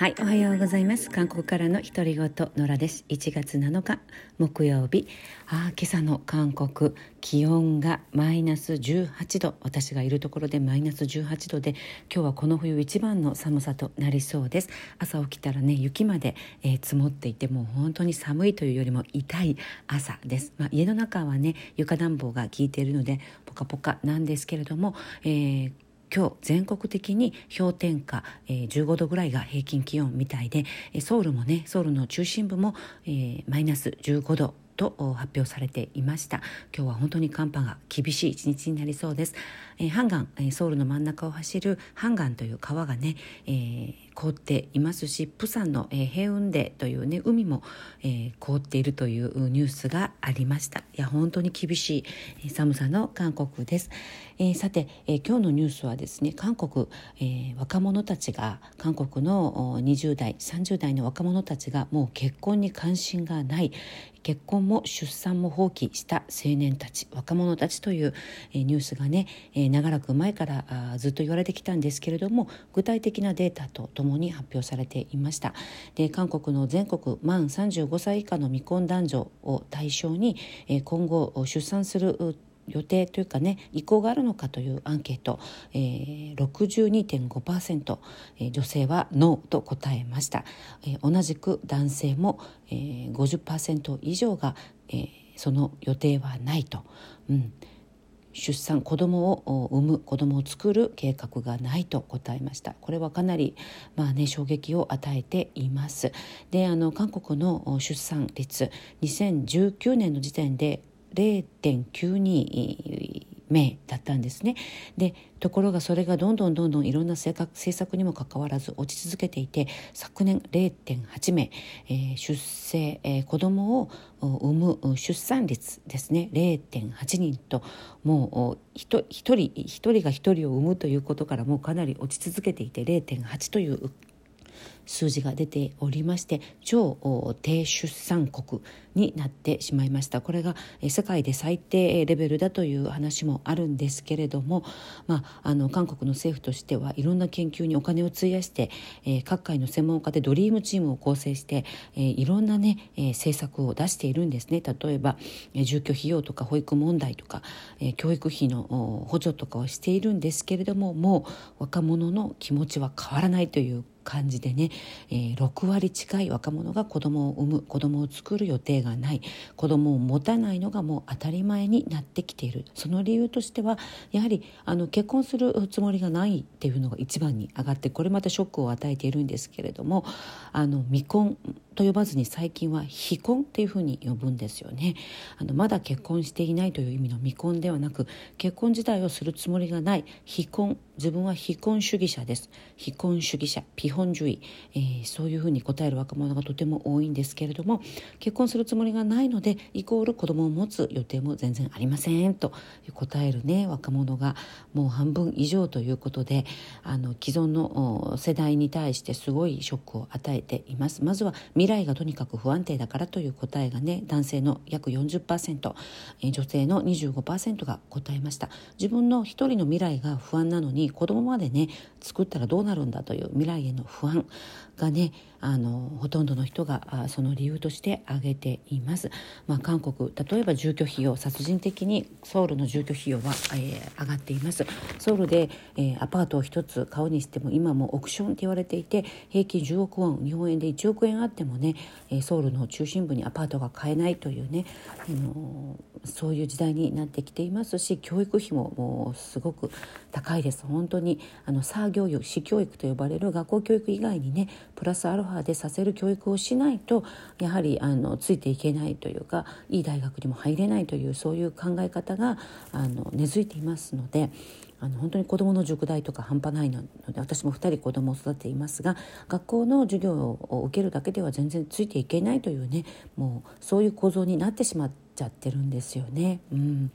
はい、おはようございます。韓国からの独り言野良です。1月7日木曜日。今朝の韓国気温がマイナス18度、私がいるところでマイナス18度で、今日はこの冬一番の寒さとなりそうです。朝起きたらね、雪まで、積もっていて、もう本当に寒いというよりも痛い朝です。家の中はね、床暖房が効いているのでポカポカなんですけれども、今日全国的に氷点下15度ぐらいが平均気温みたいで、ソウルの中心部もマイナス15度と発表されていました。今日は本当に寒波が厳しい一日になりそうです。ハンガン、ソウルの真ん中を走るハンガンという川がね、凍っていますし、プサンのヘウンデというね海も凍っているというニュースがありました。いや本当に厳しい寒さの韓国です。さて、今日のニュースはですね、韓国、若者たちが、韓国の20代30代の若者たちがもう結婚に関心がない、結婚も出産も放棄した青年たち、若者たちというニュースがね、長らく前からずっと言われてきたんですけれども、具体的なデータとともに発表されていました。で、韓国の全国満35歳以下の未婚男女を対象に、今後出産する予定というかね、意向があるのかというアンケート、62.5%、女性はノーと答えました。同じく男性も、50% 以上が、その予定はないと、出産、子供を産む、子供を作る計画がないと答えました。これはかなり、衝撃を与えています。で、韓国の出産率、2019年の時点で0.92名だったんですね。で、ところがそれがどんどんいろんな政策にもかかわらず落ち続けていて、昨年0.8名、出生、子供を産む出産率ですね、0.8人と、もう一人が一人を産むということからもうかなり落ち続けていて、0.8という数字が出ておりまして、超低出産国になってしまいました。これが世界で最低レベルだという話もあるんですけれども、韓国の政府としてはいろんな研究にお金を費やして、各界の専門家でドリームチームを構成して、いろんなね、政策を出しているんですね。例えば住居費用とか保育問題とか、教育費の補助とかをしているんですけれども、もう若者の気持ちは変わらないという感じでね、6割近い若者が子供を産む、子供を作る予定がない、子供を持たないのがもう当たり前になってきている。その理由としてはやはり結婚するつもりがないっていうのが一番に上がって、これまたショックを与えているんですけれども、未婚と呼ばずに最近は非婚っていうふうに呼ぶんですよね。まだ結婚していないという意味の未婚ではなく、結婚自体をするつもりがない非婚、自分は非婚主義者です、非婚主義者、非本主義、そういうふうに答える若者がとても多いんですけれども、結婚するつもりがないのでイコール子供を持つ予定も全然ありませんと答えるね、若者がもう半分以上ということで、既存の世代に対してすごいショックを与えています。まずは未来がとにかく不安定だからという答えがね、男性の約 40%、女性の 25% が答えました。自分の一人の未来が不安なのに子供までね作ったらどうなるんだという未来への不安がね、ほとんどの人がその理由として挙げています。韓国、例えば住居費用、殺人的にソウルの住居費用は、上がっています。ソウルで、アパートを一つ買うにしても今もオークションって言われていて、平均10億ウォン、日本円で1億円あってもね、ソウルの中心部にアパートが買えないというね、そういう時代になってきていますし、教育費ももうすごく高いです。本当にサー教育、私教育と呼ばれる学校教育以外にね、プラスアルファでさせる教育をしないとやはりついていけないというか、いい大学にも入れないという、そういう考え方が根付いていますので、本当に子どもの塾代とか半端ないので、私も2人子どもを育てていますが、学校の授業を受けるだけでは全然ついていけないというね、もうそういう構造になってしまっちゃってるんですよね。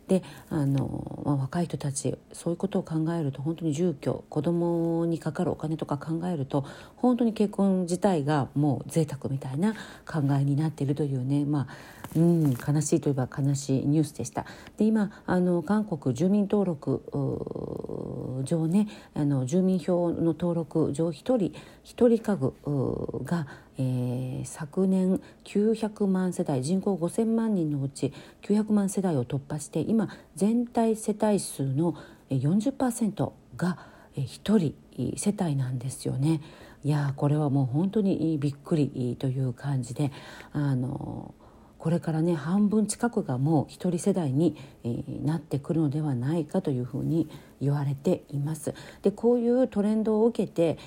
で若い人たちそういうことを考えると本当に住居子供にかかるお金とか考えると本当に結婚自体がもう贅沢みたいな考えになっているというね、悲しいといえば悲しいニュースでした。で今韓国住民登録上ね住民票の登録上一人家具が、昨年900万世帯人口5000万人のうち900万世帯を突破して今全体世帯数の 40% が一人世帯なんですよね。いやこれはもう本当にびっくりという感じでこれからね半分近くがもう一人世代になってくるのではないかというふうに言われています。でこういうトレンドを受けて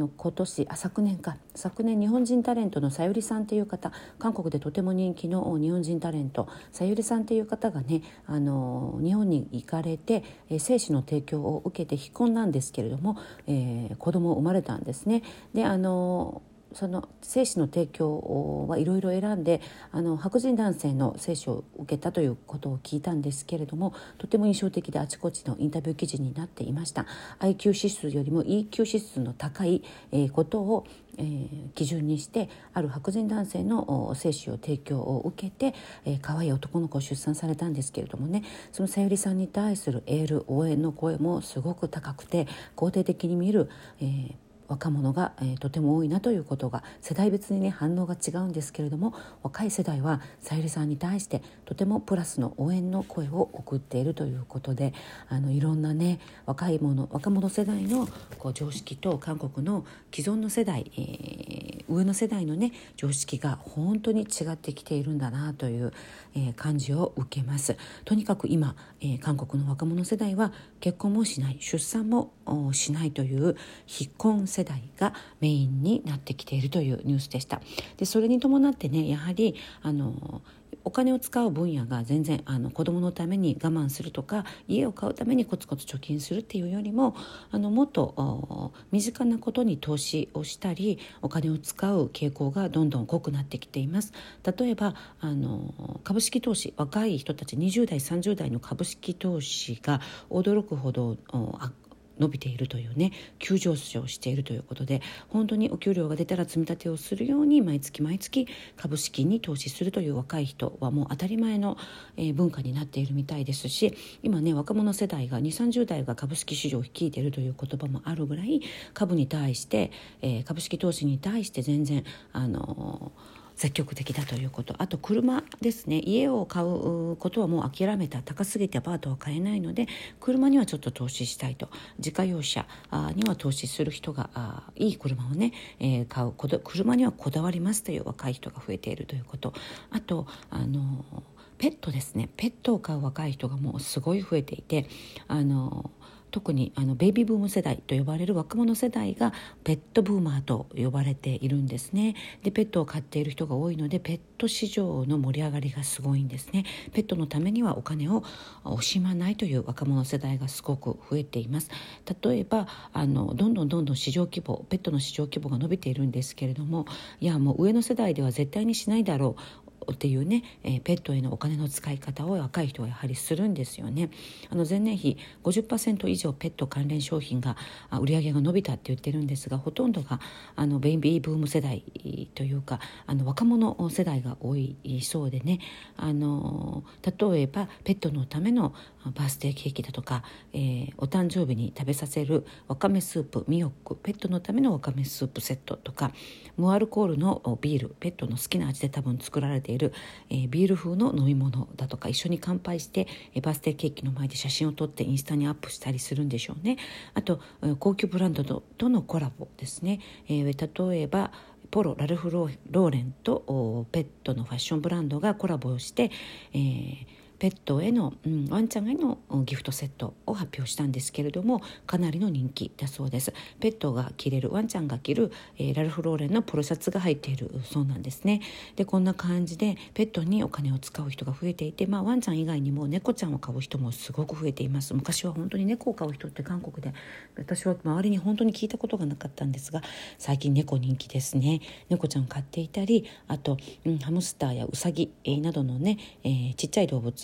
昨年日本人タレントのさゆりさんという方韓国でとても人気の日本人タレントさゆりさんという方がね日本に行かれて精子の提供を受けて非婚なんですけれども、子供を生まれたんですね。でその精子の提供はいろいろ選んで白人男性の精子を受けたということを聞いたんですけれどもとても印象的であちこちのインタビュー記事になっていました。 IQ 指数よりも EQ 指数の高いことを基準にしてある白人男性の精子を提供を受けて可愛い男の子を出産されたんですけれどもね、そのさゆりさんに対するエール応援の声もすごく高くて肯定的に見る、若者が、とても多いなということが世代別にね反応が違うんですけれども若い世代はさゆりさんに対してとてもプラスの応援の声を送っているということでいろんなね若者世代の常識と韓国の既存の世代、上の世代のね常識が本当に違ってきているんだなという、感じを受けます。とにかく今、韓国の若者世代は結婚もしない出産もしないという非婚世代がメインになってきているというニュースでした。でそれに伴ってねやはりお金を使う分野が全然子供のために我慢するとか家を買うためにコツコツ貯金するっていうよりももっと身近なことに投資をしたりお金を使う傾向がどんどん濃くなってきています。例えば株式投資若い人たち20代30代の株式投資が驚くほど伸びているというね急上昇しているということで本当にお給料が出たら積み立てをするように毎月株式に投資するという若い人はもう当たり前の文化になっているみたいですし今ね若者世代が20、30代が株式市場を率いているという言葉もあるぐらい株に対して、株式投資に対して全然積極的だということ。あと車ですね。家を買うことはもう諦めた。高すぎてアパートは買えないので車にはちょっと投資したいと。自家用車には投資する人がいい車をね、買う車にはこだわりますという若い人が増えているということ。あとペットですね。ペットを飼う若い人がもうすごい増えていて特にベイビーブーム世代と呼ばれる若者世代がペットブーマーと呼ばれているんですね。でペットを飼っている人が多いのでペット市場の盛り上がりがすごいんですね。ペットのためにはお金を惜しまないという若者世代がすごく増えています。例えばどんどんペットの市場規模が伸びているんですけれどももう上の世代では絶対にしないだろうっていうね、ペットへのお金の使い方を若い人はやはりするんですよね。前年比 50% 以上ペット関連商品が売り上げが伸びたって言ってるんですがほとんどがベイビーブーム世代というか若者世代が多いそうでね例えばペットのためのバースデーケーキだとか、お誕生日に食べさせるわかめスープミヨックペットのためのわかめスープセットとか無アルコールのビールペットの好きな味で多分作られている、ビール風の飲み物だとか一緒に乾杯して、バースデーケーキの前で写真を撮ってインスタにアップしたりするんでしょうね。あと高級ブランドとのコラボですね、例えばポロラルフローレンとペットのファッションブランドがコラボをして、ペットへの、ワンちゃんへのギフトセットを発表したんですけれどもかなりの人気だそうです。ペットが着れるワンちゃんが着る、ラルフローレンのポロシャツが入っているそうなんですね。でこんな感じでペットにお金を使う人が増えていて、ワンちゃん以外にも猫ちゃんを飼う人もすごく増えています。昔は本当に猫を飼う人って韓国で私は周りに本当に聞いたことがなかったんですが最近猫人気ですね。猫ちゃんを飼っていたりあと、ハムスターやウサギ、などのね、ちっちゃい動物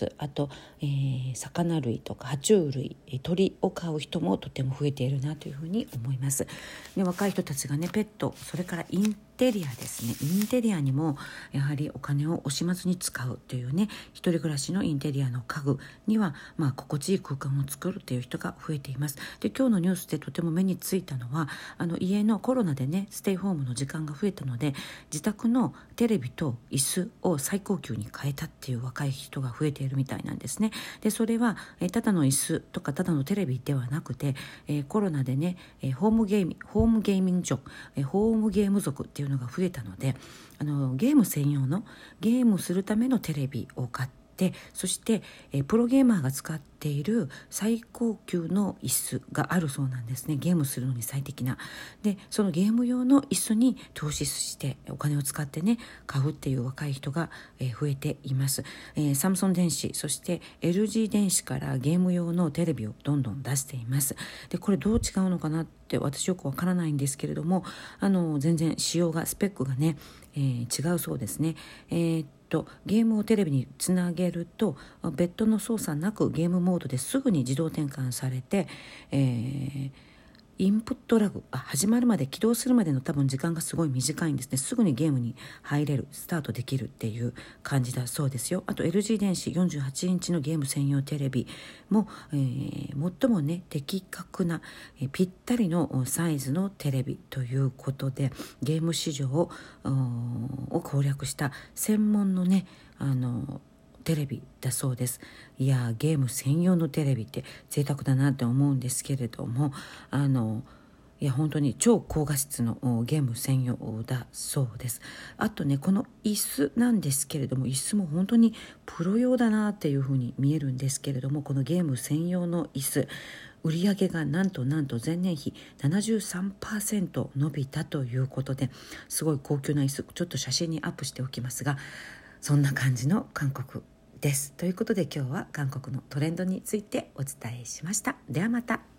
あと、魚類とか爬虫類、鳥を飼う人もとても増えているなというふうに思います。で、若い人たちがね、ペット、それからインテリアですね、インテリアにもやはりお金を惜しまずに使うというね、一人暮らしのインテリアの家具には、心地いい空間を作るという人が増えています。で、今日のニュースでとても目についたのは、家のコロナでね、ステイホームの時間が増えたので、自宅のテレビと椅子を最高級に変えたっていう若い人が増えているみたいなんですね。で、それはただの椅子とかただのテレビではなくて、コロナでね、ホームゲーミング族、ホームゲーム族っていうのが増えたので、ゲーム専用のゲームするためのテレビを買って、そして、プロゲーマーが使っている最高級の椅子があるそうなんですね。ゲームするのに最適な。で、そのゲーム用の椅子に投資してお金を使ってね、買うっていう若い人が、増えています。サムソン電子、そして LG 電子からゲーム用のテレビをどんどん出しています。で、これどう違うのかなって私よくわからないんですけれども、全然仕様がスペックがね、違うそうですね。ゲームをテレビにつなげると別途の操作なくゲームモードですぐに自動転換されて、インプットラグ始まるまで起動するまでの多分時間がすごい短いんですね。すぐにゲームに入れる、スタートできるっていう感じだそうですよ。あと LG 電子48インチのゲーム専用テレビも、最もね的確な、ぴったりのサイズのテレビということで、ゲーム市場を攻略した専門のねテレビだそうです。いや、ゲーム専用のテレビって贅沢だなって思うんですけれども、いや本当に超高画質のゲーム専用だそうです。あとね、この椅子なんですけれども、椅子も本当にプロ用だなっていうふうに見えるんですけれども、このゲーム専用の椅子、売上がなんと前年比 73% 伸びたということで、すごい高級な椅子、ちょっと写真にアップしておきますが、そんな感じの韓国です。ということで今日は韓国のトレンドについてお伝えしました。ではまた。